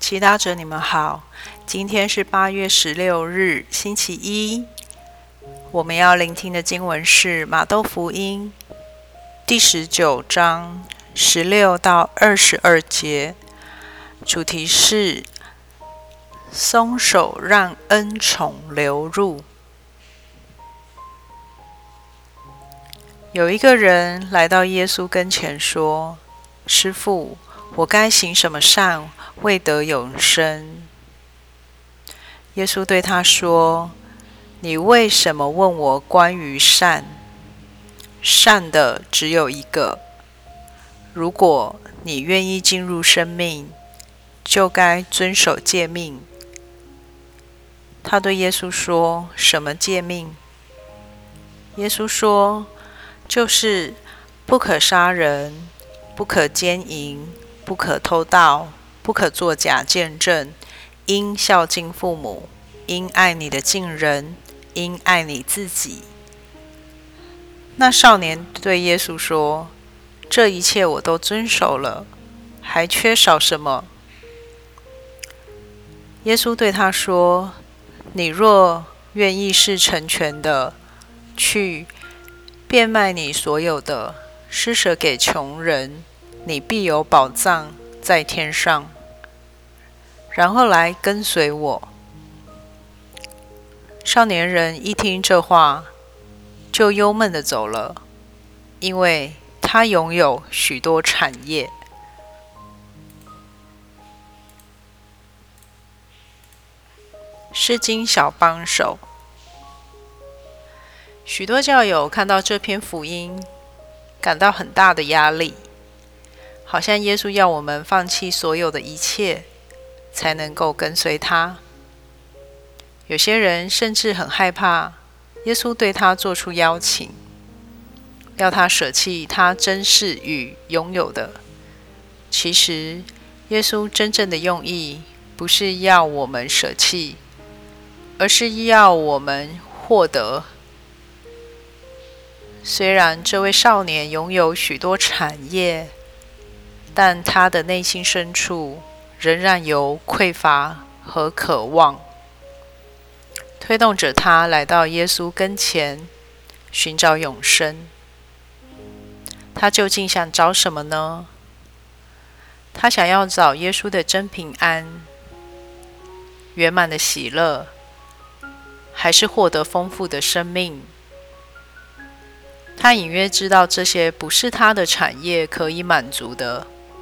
祈祷者你们好，今天是8月16日，星期一。我们要聆听的经文是马窦福音第19章16到22节，主题是松手让恩宠流入。有一个人来到耶稣跟前说：“师父，我该行什么善，为得永生？”耶稣对他说：“你为什么问我关于善？善的只有一个。如果你愿意进入生命，就该遵守诫命。”他对耶稣说：“什么诫命？”耶稣说：“就是不可杀人，不可奸淫，不可偷盗，不可作假见证，应孝敬父母，应爱你的近人，应爱你自己。”那少年对耶稣说：“这一切我都遵守了，还缺少什么？”耶稣对他说：“你若愿意是成全的，去变卖你所有的，施舍给穷人，你必有宝藏在天上。然后来跟随我。”少年人一听这话，就忧闷地走了，因为他拥有许多产业。诗经小帮手。许多教友看到这篇福音，感到很大的压力，好像耶稣要我们放弃所有的一切，才能够跟随他。有些人甚至很害怕耶稣对他做出邀请，要他舍弃他珍视与拥有的。其实，耶稣真正的用意不是要我们舍弃，而是要我们获得。虽然这位少年拥有许多产业，但他的内心深处仍然有匮乏和渴望，推动着他来到耶稣跟前，寻找永生。他究竟想找什么呢？他想要找耶稣的真平安、圆满的喜乐，还是获得丰富的生命？他隐约知道这些不是他的产业可以满足的，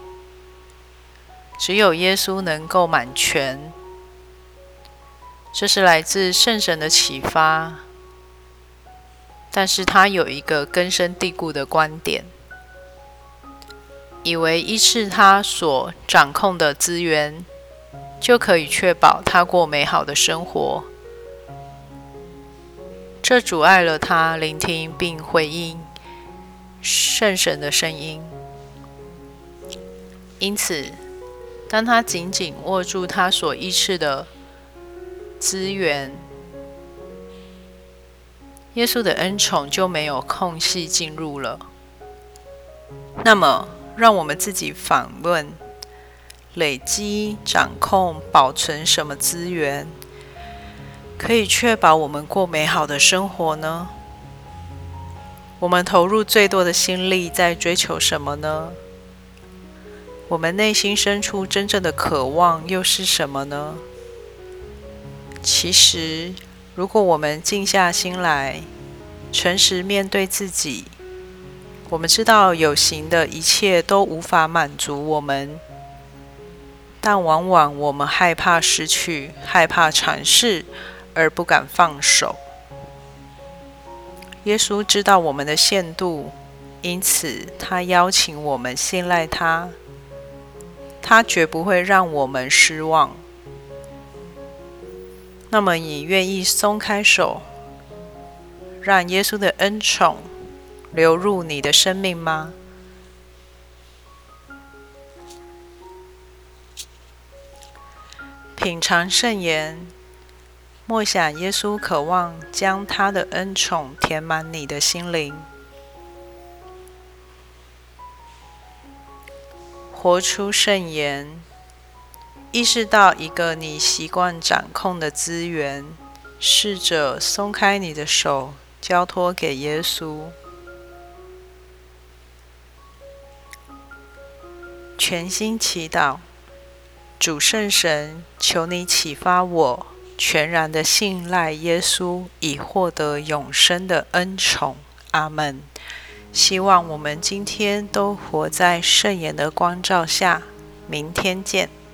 只有耶稣能够满全。这是来自圣神的启发，但是他有一个根深蒂固的观点，以为依恃他所掌控的资源，就可以确保他过美好的生活。这阻碍了他聆听并回应圣神的声音。因此，当他紧紧握住他所依恃的资源，耶稣的恩宠就没有空隙进入了。那么，让我们自己反问：累积、掌控、保存什么资源，可以确保我们过美好的生活呢？我们投入最多的心力在追求什么呢？我们内心深处真正的渴望又是什么呢？其实，如果我们静下心来，诚实面对自己，我们知道有形的一切都无法满足我们，但往往我们害怕失去，害怕尝试，而不敢放手。耶稣知道我们的限度，因此他邀请我们信赖他，他绝不会让我们失望。那么你愿意松开手，让耶稣的恩宠流入你的生命吗？品尝圣言，默想耶稣渴望将他的恩宠填满你的心灵。活出圣言， 意识到一个你习惯掌控的资源，试着松开你的手，交托给耶稣。全心祈祷，主圣神，求你启发我，全然的信赖耶稣，以获得永生的恩宠。阿们。希望我们今天都活在圣言的光照下。明天见。